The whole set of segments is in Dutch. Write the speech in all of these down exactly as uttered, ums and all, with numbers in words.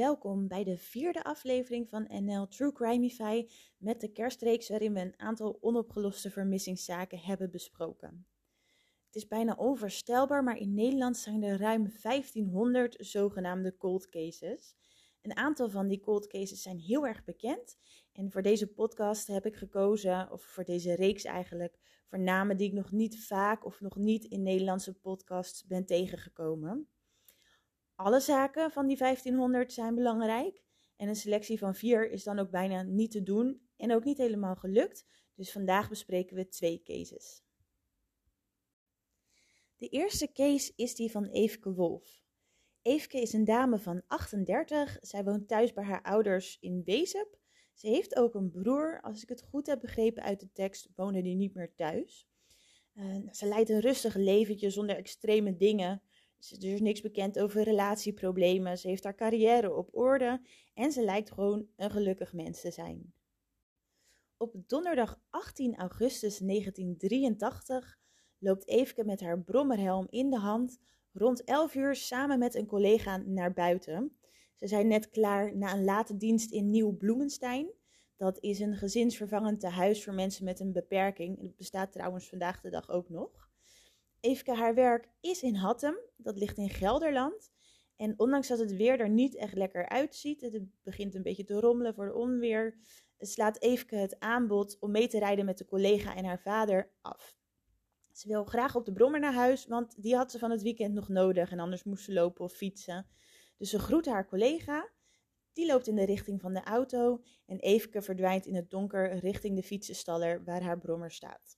welkom bij de vierde aflevering van N L True Crimify met de kerstreeks waarin we een aantal onopgeloste vermissingszaken hebben besproken. Het is bijna onvoorstelbaar, maar in Nederland zijn er ruim vijftienhonderd zogenaamde cold cases. Een aantal van die cold cases zijn heel erg bekend en voor deze podcast heb ik gekozen, of voor deze reeks eigenlijk, voor namen die ik nog niet vaak of nog niet in Nederlandse podcasts ben tegengekomen. Alle zaken van die vijftienhonderd zijn belangrijk en een selectie van vier is dan ook bijna niet te doen en ook niet helemaal gelukt. Dus vandaag bespreken we twee cases. De eerste case is die van Eefke Wolf. Eefke is een dame van achtendertig. Zij woont thuis bij haar ouders in Wezep. Ze heeft ook een broer. Als ik het goed heb begrepen uit de tekst, wonen die niet meer thuis. Uh, ze leidt een rustig leventje zonder extreme dingen. Er is niks bekend over relatieproblemen. Ze heeft haar carrière op orde en ze lijkt gewoon een gelukkig mens te zijn. Op donderdag achttien augustus negentien drieëntachtig loopt Eefke met haar brommerhelm in de hand rond elf uur samen met een collega naar buiten. Ze zijn net klaar na een late dienst in Nieuw-Bloemenstein. Dat is een gezinsvervangend tehuis voor mensen met een beperking. Het bestaat trouwens vandaag de dag ook nog. Eefke, haar werk is in Hattem, dat ligt in Gelderland. En ondanks dat het weer er niet echt lekker uitziet, het begint een beetje te rommelen voor de onweer, slaat Eefke het aanbod om mee te rijden met de collega en haar vader af. Ze wil graag op de brommer naar huis, want die had ze van het weekend nog nodig en anders moest ze lopen of fietsen. Dus ze groet haar collega, die loopt in de richting van de auto en Eefke verdwijnt in het donker richting de fietsenstaller waar haar brommer staat.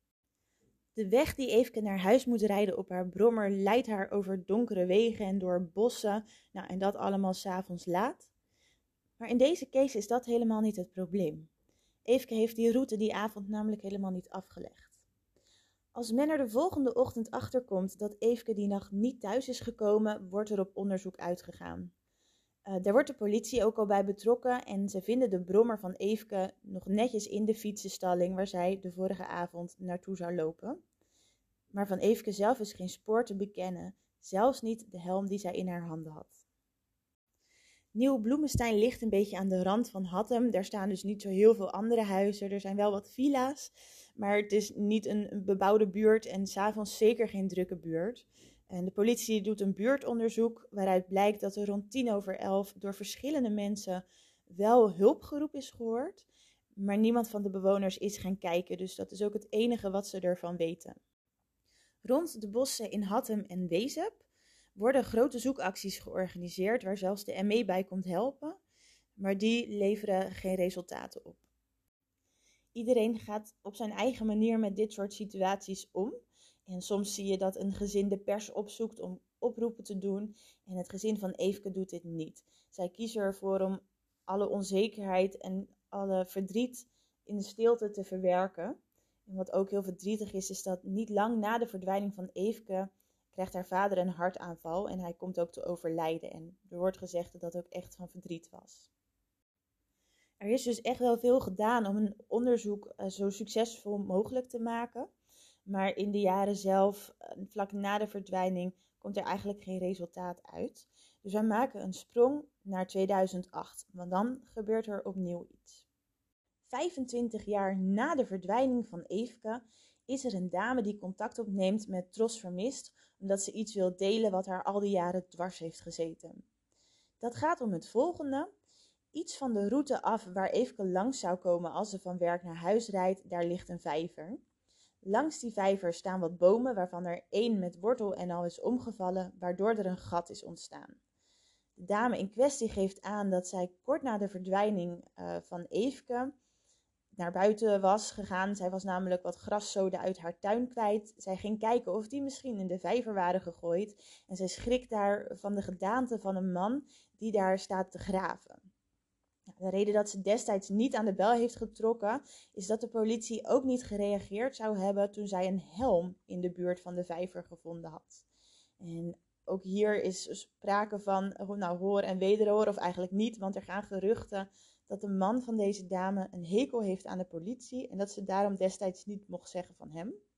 De weg die Eefke naar huis moet rijden op haar brommer leidt haar over donkere wegen en door bossen. Nou, en dat allemaal 's avonds laat. Maar in deze case is dat helemaal niet het probleem. Eefke heeft die route die avond namelijk helemaal niet afgelegd. Als men er de volgende ochtend achterkomt dat Eefke die nacht niet thuis is gekomen, wordt er op onderzoek uitgegaan. Uh, daar wordt de politie ook al bij betrokken en ze vinden de brommer van Eefke nog netjes in de fietsenstalling waar zij de vorige avond naartoe zou lopen. Maar van Eefke zelf is geen spoor te bekennen, zelfs niet de helm die zij in haar handen had. Nieuw-Bloemenstein ligt een beetje aan de rand van Hattem. Daar staan dus niet zo heel veel andere huizen. Er zijn wel wat villa's, maar het is niet een bebouwde buurt en 's avonds zeker geen drukke buurt. En de politie doet een buurtonderzoek waaruit blijkt dat er rond tien over elf door verschillende mensen wel hulpgeroep is gehoord. Maar niemand van de bewoners is gaan kijken, dus dat is ook het enige wat ze ervan weten. Rond de bossen in Hattem en Wezep worden grote zoekacties georganiseerd waar zelfs de M E bij komt helpen, maar die leveren geen resultaten op. Iedereen gaat op zijn eigen manier met dit soort situaties om. En soms zie je dat een gezin de pers opzoekt om oproepen te doen en het gezin van Eefke doet dit niet. Zij kiezen ervoor om alle onzekerheid en alle verdriet in de stilte te verwerken. En wat ook heel verdrietig is, is dat niet lang na de verdwijning van Eefke krijgt haar vader een hartaanval en hij komt ook te overlijden. En er wordt gezegd dat dat ook echt van verdriet was. Er is dus echt wel veel gedaan om een onderzoek uh, zo succesvol mogelijk te maken. Maar in de jaren zelf, vlak na de verdwijning, komt er eigenlijk geen resultaat uit. Dus wij maken een sprong naar tweeduizend acht, want dan gebeurt er opnieuw iets. vijfentwintig jaar na de verdwijning van Eefke is er een dame die contact opneemt met Tros Vermist, omdat ze iets wil delen wat haar al die jaren dwars heeft gezeten. Dat gaat om het volgende. Iets van de route af waar Eefke langs zou komen als ze van werk naar huis rijdt, daar ligt een vijver. Langs die vijver staan wat bomen waarvan er één met wortel en al is omgevallen, waardoor er een gat is ontstaan. De dame in kwestie geeft aan dat zij kort na de verdwijning uh, van Eefke naar buiten was gegaan. Zij was namelijk wat graszoden uit haar tuin kwijt. Zij ging kijken of die misschien in de vijver waren gegooid. En zij schrikt daar van de gedaante van een man die daar staat te graven. De reden dat ze destijds niet aan de bel heeft getrokken, is dat de politie ook niet gereageerd zou hebben toen zij een helm in de buurt van de vijver gevonden had. En ook hier is sprake van nou, hoor en wederhoor, of eigenlijk niet, want er gaan geruchten dat de man van deze dame een hekel heeft aan de politie en dat ze daarom destijds niet mocht zeggen van hem.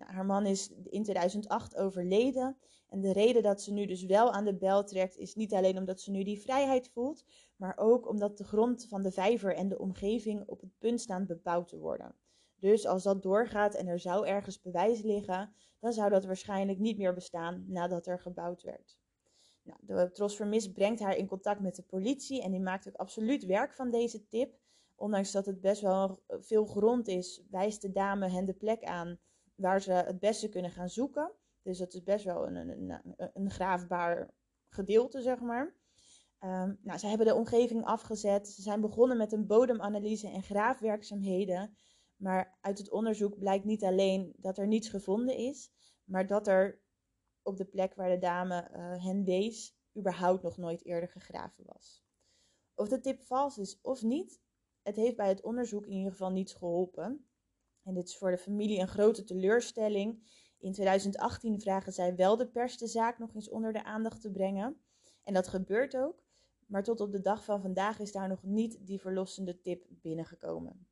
Nou, haar man is in tweeduizend acht overleden. En de reden dat ze nu dus wel aan de bel trekt is niet alleen omdat ze nu die vrijheid voelt, maar ook omdat de grond van de vijver en de omgeving op het punt staan bebouwd te worden. Dus als dat doorgaat en er zou ergens bewijs liggen, dan zou dat waarschijnlijk niet meer bestaan nadat er gebouwd werd. Nou, de Tros Vermis brengt haar in contact met de politie en die maakt ook absoluut werk van deze tip. Ondanks dat het best wel veel grond is, wijst de dame hen de plek aan waar ze het beste kunnen gaan zoeken. Dus dat is best wel een, een, een, een graafbaar gedeelte, zeg maar. Um, nou, ze hebben de omgeving afgezet. Ze zijn begonnen met een bodemanalyse en graafwerkzaamheden. Maar uit het onderzoek blijkt niet alleen dat er niets gevonden is, maar dat er op de plek waar de dame uh, hen wees, überhaupt nog nooit eerder gegraven was. Of de tip vals is of niet, het heeft bij het onderzoek in ieder geval niets geholpen. En dit is voor de familie een grote teleurstelling. In tweeduizend achttien vragen zij wel de pers de zaak nog eens onder de aandacht te brengen. En dat gebeurt ook. Maar tot op de dag van vandaag is daar nog niet die verlossende tip binnengekomen.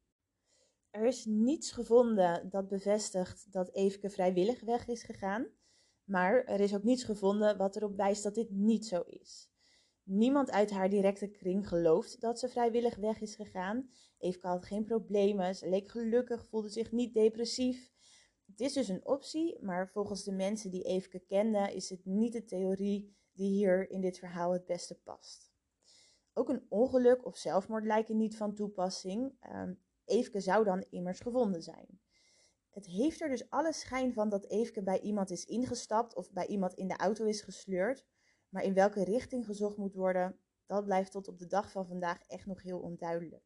Er is niets gevonden dat bevestigt dat Eefke vrijwillig weg is gegaan. Maar er is ook niets gevonden wat erop wijst dat dit niet zo is. Niemand uit haar directe kring gelooft dat ze vrijwillig weg is gegaan. Eefke had geen problemen, ze leek gelukkig, voelde zich niet depressief. Het is dus een optie, maar volgens de mensen die Eefke kenden is het niet de theorie die hier in dit verhaal het beste past. Ook een ongeluk of zelfmoord lijken niet van toepassing. Um, Eefke zou dan immers gevonden zijn. Het heeft er dus alle schijn van dat Eefke bij iemand is ingestapt of bij iemand in de auto is gesleurd. Maar in welke richting gezocht moet worden, dat blijft tot op de dag van vandaag echt nog heel onduidelijk.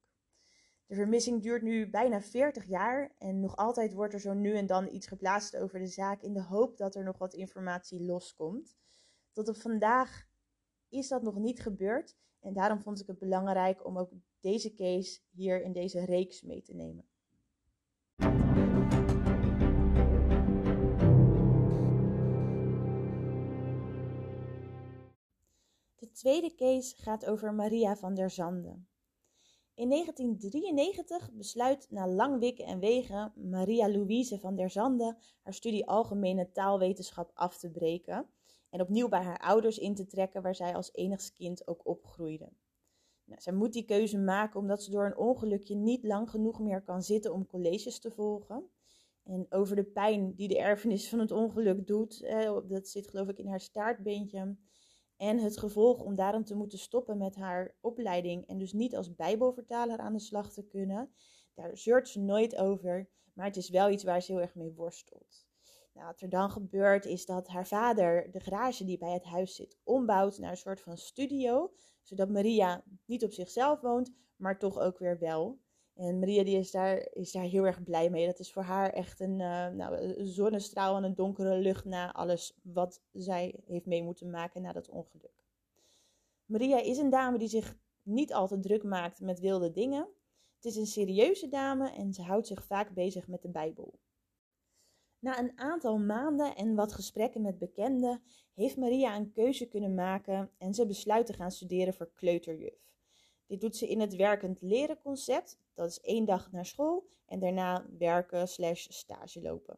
De vermissing duurt nu bijna veertig jaar en nog altijd wordt er zo nu en dan iets geplaatst over de zaak in de hoop dat er nog wat informatie loskomt. Tot op vandaag is dat nog niet gebeurd en daarom vond ik het belangrijk om ook deze case hier in deze reeks mee te nemen. De tweede case gaat over Maria van der Zanden. In negentien drieënnegentig besluit na lang wikken en wegen Maria Louise van der Zanden haar studie Algemene Taalwetenschap af te breken en opnieuw bij haar ouders in te trekken waar zij als enigst kind ook opgroeide. Nou, zij moet die keuze maken omdat ze door een ongelukje niet lang genoeg meer kan zitten om colleges te volgen. En over de pijn die de erfenis van het ongeluk doet, eh, dat zit geloof ik in haar staartbeentje. En het gevolg om daarom te moeten stoppen met haar opleiding en dus niet als bijbelvertaler aan de slag te kunnen. Daar zeurt ze nooit over, maar het is wel iets waar ze heel erg mee worstelt. Nou, wat er dan gebeurt is dat haar vader de garage die bij het huis zit ombouwt naar een soort van studio. Zodat Maria niet op zichzelf woont, maar toch ook weer wel. En Maria die is, daar, is daar heel erg blij mee. Dat is voor haar echt een, uh, nou, een zonnestraal en een donkere lucht na alles wat zij heeft mee moeten maken na dat ongeluk. Maria is een dame die zich niet al te druk maakt met wilde dingen. Het is een serieuze dame en ze houdt zich vaak bezig met de Bijbel. Na een aantal maanden en wat gesprekken met bekenden heeft Maria een keuze kunnen maken en ze besluit te gaan studeren voor kleuterjuf. Dit doet ze in het werkend leren concept, dat is één dag naar school en daarna werken slash stage lopen.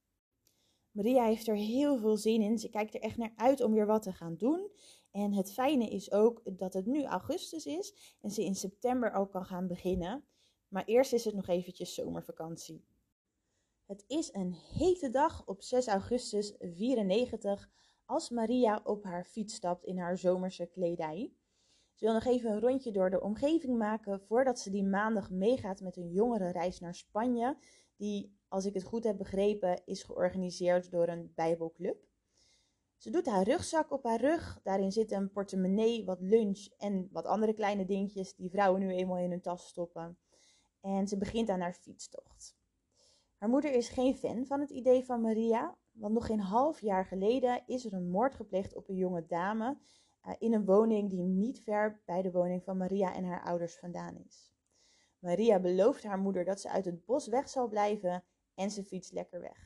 Maria heeft er heel veel zin in, ze kijkt er echt naar uit om weer wat te gaan doen. En het fijne is ook dat het nu augustus is en ze in september ook kan gaan beginnen. Maar eerst is het nog eventjes zomervakantie. Het is een hete dag op zes augustus vierennegentig als Maria op haar fiets stapt in haar zomerse kledij. Ze wil nog even een rondje door de omgeving maken voordat ze die maandag meegaat met een jongerenreis naar Spanje, die, als ik het goed heb begrepen, is georganiseerd door een Bijbelclub. Ze doet haar rugzak op haar rug, daarin zit een portemonnee, wat lunch en wat andere kleine dingetjes die vrouwen nu eenmaal in hun tas stoppen. En ze begint aan haar fietstocht. Haar moeder is geen fan van het idee van Maria, want nog geen half jaar geleden is er een moord gepleegd op een jonge dame uh, in een woning die niet ver bij de woning van Maria en haar ouders vandaan is. Maria belooft haar moeder dat ze uit het bos weg zal blijven en ze fietst lekker weg.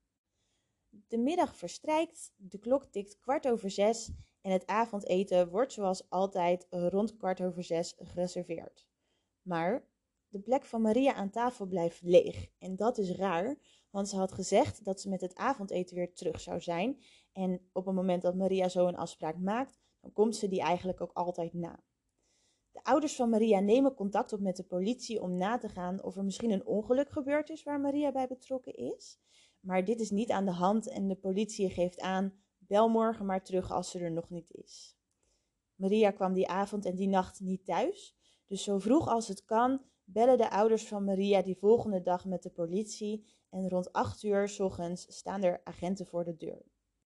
De middag verstrijkt, de klok tikt kwart over zes en het avondeten wordt zoals altijd rond kwart over zes geserveerd. Maar De plek van Maria aan tafel blijft leeg. En dat is raar, want ze had gezegd dat ze met het avondeten weer terug zou zijn. En op het moment dat Maria zo een afspraak maakt, dan komt ze die eigenlijk ook altijd na. De ouders van Maria nemen contact op met de politie om na te gaan of er misschien een ongeluk gebeurd is waar Maria bij betrokken is. Maar dit is niet aan de hand en de politie geeft aan, bel morgen maar terug als ze er nog niet is. Maria kwam die avond en die nacht niet thuis, dus zo vroeg als het kan bellen de ouders van Maria die volgende dag met de politie en rond acht uur 's ochtends staan er agenten voor de deur.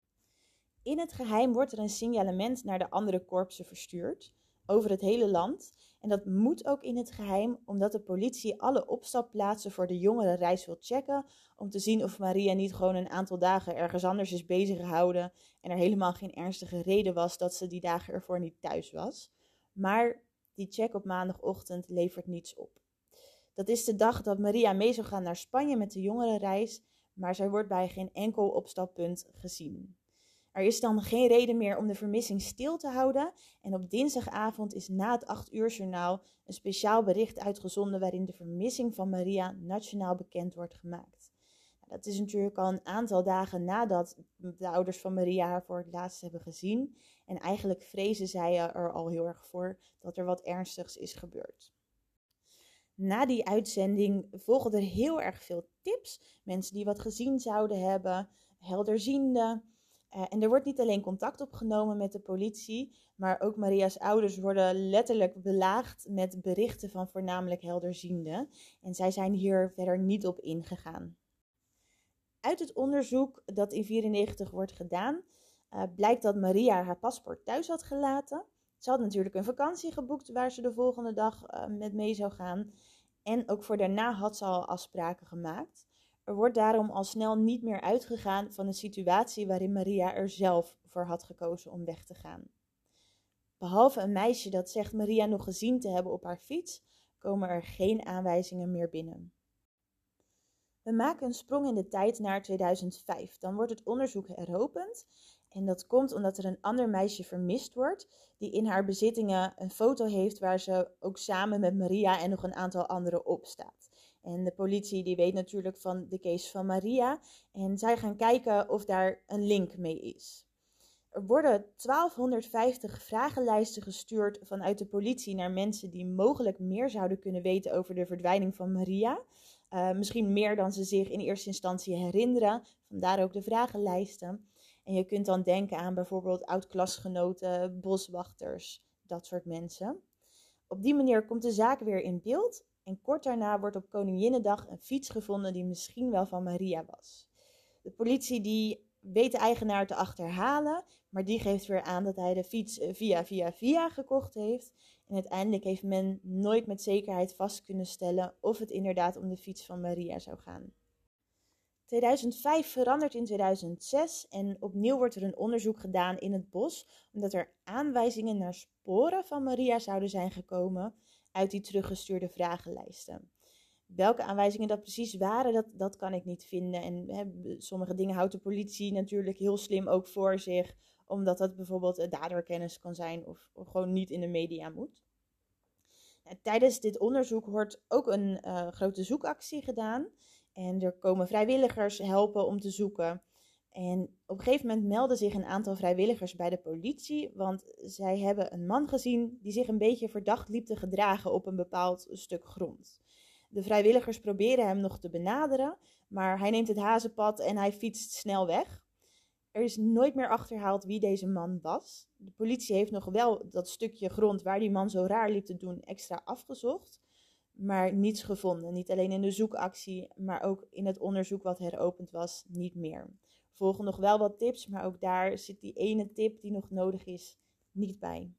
In het geheim wordt er een signalement naar de andere korpsen verstuurd, over het hele land. En dat moet ook in het geheim, omdat de politie alle opstapplaatsen voor de jongerenreis wil checken, om te zien of Maria niet gewoon een aantal dagen ergens anders is bezig gehouden en er helemaal geen ernstige reden was dat ze die dagen ervoor niet thuis was. Maar die check op maandagochtend levert niets op. Dat is de dag dat Maria mee zou gaan naar Spanje met de jongerenreis, maar zij wordt bij geen enkel opstappunt gezien. Er is dan geen reden meer om de vermissing stil te houden en op dinsdagavond is na het acht uur journaal een speciaal bericht uitgezonden waarin de vermissing van Maria nationaal bekend wordt gemaakt. Dat is natuurlijk al een aantal dagen nadat de ouders van Maria haar voor het laatst hebben gezien en eigenlijk vrezen zij er al heel erg voor dat er wat ernstigs is gebeurd. Na die uitzending volgen er heel erg veel tips, mensen die wat gezien zouden hebben, helderzienden. Uh, en er wordt niet alleen contact opgenomen met de politie, maar ook Maria's ouders worden letterlijk belaagd met berichten van voornamelijk helderzienden. En zij zijn hier verder niet op ingegaan. Uit het onderzoek dat in negentien vierennegentig wordt gedaan, uh, blijkt dat Maria haar paspoort thuis had gelaten. Ze had natuurlijk een vakantie geboekt waar ze de volgende dag uh, met mee zou gaan. En ook voor daarna had ze al afspraken gemaakt. Er wordt daarom al snel niet meer uitgegaan van een situatie waarin Maria er zelf voor had gekozen om weg te gaan. Behalve een meisje dat zegt Maria nog gezien te hebben op haar fiets, komen er geen aanwijzingen meer binnen. We maken een sprong in de tijd naar tweeduizend vijf. Dan wordt het onderzoek heropend. En dat komt omdat er een ander meisje vermist wordt, die in haar bezittingen een foto heeft waar ze ook samen met Maria en nog een aantal anderen op staat. En de politie die weet natuurlijk van de case van Maria en zij gaan kijken of daar een link mee is. Er worden twaalfhonderdvijftig vragenlijsten gestuurd vanuit de politie naar mensen die mogelijk meer zouden kunnen weten over de verdwijning van Maria. Uh, misschien meer dan ze zich in eerste instantie herinneren, vandaar ook de vragenlijsten. En je kunt dan denken aan bijvoorbeeld oud-klasgenoten, boswachters, dat soort mensen. Op die manier komt de zaak weer in beeld. En kort daarna wordt op Koninginnedag een fiets gevonden die misschien wel van Maria was. De politie die weet de eigenaar te achterhalen, maar die geeft weer aan dat hij de fiets via via via gekocht heeft. En uiteindelijk heeft men nooit met zekerheid vast kunnen stellen of het inderdaad om de fiets van Maria zou gaan. tweeduizend vijf verandert in tweeduizend zes en opnieuw wordt er een onderzoek gedaan in het bos, omdat er aanwijzingen naar sporen van Maria zouden zijn gekomen uit die teruggestuurde vragenlijsten. Welke aanwijzingen dat precies waren, dat, dat kan ik niet vinden. En hè, sommige dingen houdt de politie natuurlijk heel slim ook voor zich, omdat dat bijvoorbeeld daderkennis kan zijn of, of gewoon niet in de media moet. Nou, tijdens dit onderzoek wordt ook een uh, grote zoekactie gedaan. En er komen vrijwilligers helpen om te zoeken. En op een gegeven moment melden zich een aantal vrijwilligers bij de politie, want zij hebben een man gezien die zich een beetje verdacht liep te gedragen op een bepaald stuk grond. De vrijwilligers proberen hem nog te benaderen, maar hij neemt het hazenpad en hij fietst snel weg. Er is nooit meer achterhaald wie deze man was. De politie heeft nog wel dat stukje grond waar die man zo raar liep te doen extra afgezocht, maar niets gevonden. Niet alleen in de zoekactie, maar ook in het onderzoek wat heropend was, niet meer. Er volgen nog wel wat tips, maar ook daar zit die ene tip die nog nodig is niet bij.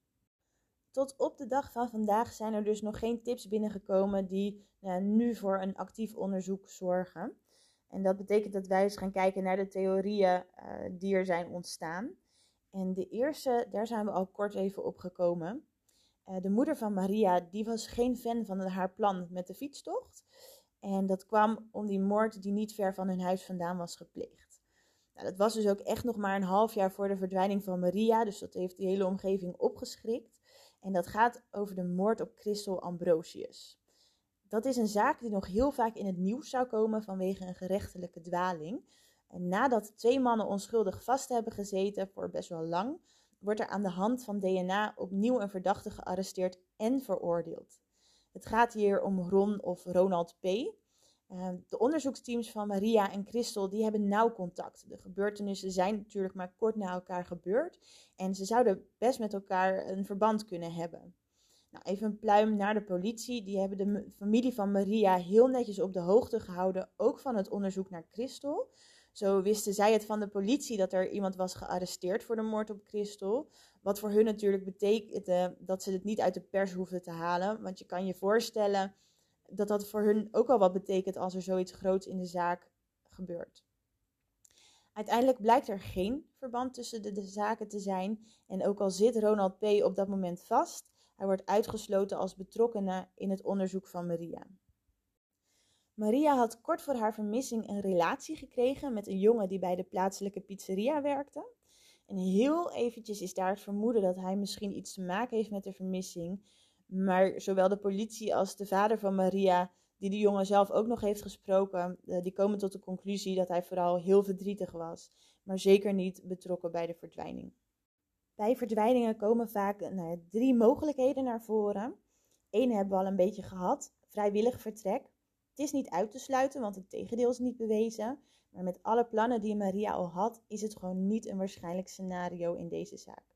Tot op de dag van vandaag zijn er dus nog geen tips binnengekomen die nou, nu voor een actief onderzoek zorgen. En dat betekent dat wij eens gaan kijken naar de theorieën uh, die er zijn ontstaan. En de eerste, daar zijn we al kort even op gekomen. Uh, de moeder van Maria, die was geen fan van haar plan met de fietstocht. En dat kwam om die moord die niet ver van hun huis vandaan was gepleegd. Nou, dat was dus ook echt nog maar een half jaar voor de verdwijning van Maria. Dus dat heeft die hele omgeving opgeschrikt. En dat gaat over de moord op Christel Ambrosius. Dat is een zaak die nog heel vaak in het nieuws zou komen vanwege een gerechtelijke dwaling. En nadat twee mannen onschuldig vast hebben gezeten voor best wel lang, wordt er aan de hand van D N A opnieuw een verdachte gearresteerd en veroordeeld. Het gaat hier om Ron of Ronald P. Uh, de onderzoeksteams van Maria en Christel die hebben nauw contact. De gebeurtenissen zijn natuurlijk maar kort na elkaar gebeurd en ze zouden best met elkaar een verband kunnen hebben. Nou, even een pluim naar de politie. Die hebben de familie van Maria heel netjes op de hoogte gehouden, ook van het onderzoek naar Christel. Zo wisten zij het van de politie dat er iemand was gearresteerd voor de moord op Christel. Wat voor hun natuurlijk betekende dat ze het niet uit de pers hoefden te halen. Want je kan je voorstellen dat dat voor hun ook al wat betekent als er zoiets groots in de zaak gebeurt. Uiteindelijk blijkt er geen verband tussen de, de zaken te zijn. En ook al zit Ronald P. op dat moment vast, hij wordt uitgesloten als betrokkene in het onderzoek van Maria. Maria had kort voor haar vermissing een relatie gekregen met een jongen die bij de plaatselijke pizzeria werkte. En heel eventjes is daar het vermoeden dat hij misschien iets te maken heeft met de vermissing. Maar zowel de politie als de vader van Maria, die de jongen zelf ook nog heeft gesproken, die komen tot de conclusie dat hij vooral heel verdrietig was, maar zeker niet betrokken bij de verdwijning. Bij verdwijningen komen vaak nou, drie mogelijkheden naar voren. Eén hebben we al een beetje gehad, vrijwillig vertrek. Het is niet uit te sluiten, want het tegendeel is niet bewezen. Maar met alle plannen die Maria al had, is het gewoon niet een waarschijnlijk scenario in deze zaak.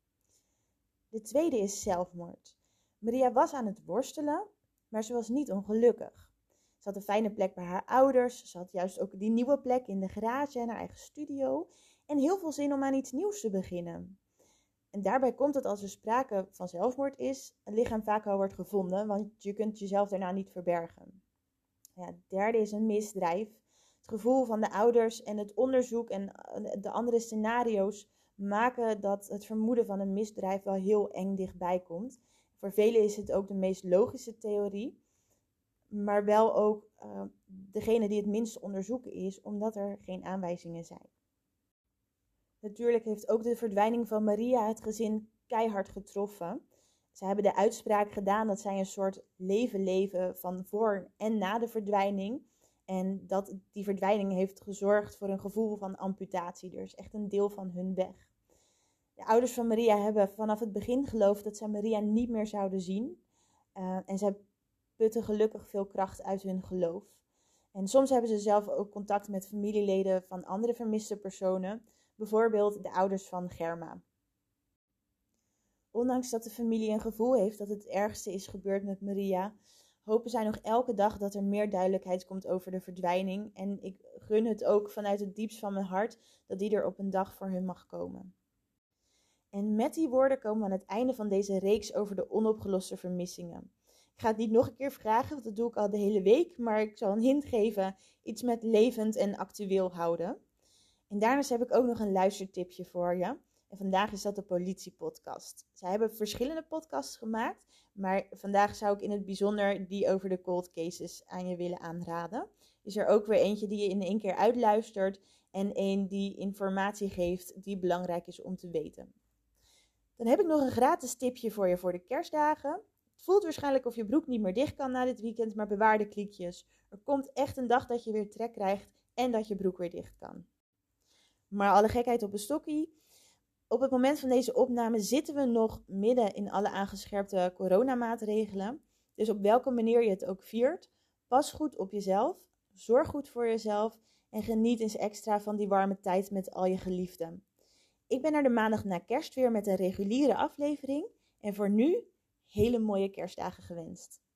De tweede is zelfmoord. Maria was aan het worstelen, maar ze was niet ongelukkig. Ze had een fijne plek bij haar ouders. Ze had juist ook die nieuwe plek in de garage en haar eigen studio. En heel veel zin om aan iets nieuws te beginnen. En daarbij komt dat als er sprake van zelfmoord is, een lichaam vaak al wordt gevonden, want je kunt jezelf daarna niet verbergen. Ja, het derde is een misdrijf. Het gevoel van de ouders en het onderzoek en de andere scenario's maken dat het vermoeden van een misdrijf wel heel eng dichtbij komt. Voor velen is het ook de meest logische theorie, maar wel ook uh, degene die het minst onderzoeken is, omdat er geen aanwijzingen zijn. Natuurlijk heeft ook de verdwijning van Maria het gezin keihard getroffen. Ze hebben de uitspraak gedaan dat zij een soort leven leven van voor en na de verdwijning. En dat die verdwijning heeft gezorgd voor een gevoel van amputatie. Er is echt een deel van hun weg. De ouders van Maria hebben vanaf het begin geloofd dat ze Maria niet meer zouden zien. Uh, en zij putten gelukkig veel kracht uit hun geloof. En soms hebben ze zelf ook contact met familieleden van andere vermiste personen. Bijvoorbeeld de ouders van Germa. Ondanks dat de familie een gevoel heeft dat het ergste is gebeurd met Maria, hopen zij nog elke dag dat er meer duidelijkheid komt over de verdwijning. En ik gun het ook vanuit het diepst van mijn hart dat die er op een dag voor hun mag komen. En met die woorden komen we aan het einde van deze reeks over de onopgeloste vermissingen. Ik ga het niet nog een keer vragen, want dat doe ik al de hele week, maar ik zal een hint geven, iets met levend en actueel houden. En daarnaast heb ik ook nog een luistertipje voor je. En vandaag is dat de politiepodcast. Zij hebben verschillende podcasts gemaakt, maar vandaag zou ik in het bijzonder die over de cold cases aan je willen aanraden. Is er ook weer eentje die je in één keer uitluistert en één die informatie geeft die belangrijk is om te weten. Dan heb ik nog een gratis tipje voor je voor de kerstdagen. Het voelt waarschijnlijk of je broek niet meer dicht kan na dit weekend, maar bewaar de kliekjes. Er komt echt een dag dat je weer trek krijgt en dat je broek weer dicht kan. Maar alle gekheid op een stokkie. Op het moment van deze opname zitten we nog midden in alle aangescherpte coronamaatregelen. Dus op welke manier je het ook viert, pas goed op jezelf, zorg goed voor jezelf en geniet eens extra van die warme tijd met al je geliefden. Ik ben er de maandag na kerst weer met een reguliere aflevering en voor nu hele mooie kerstdagen gewenst.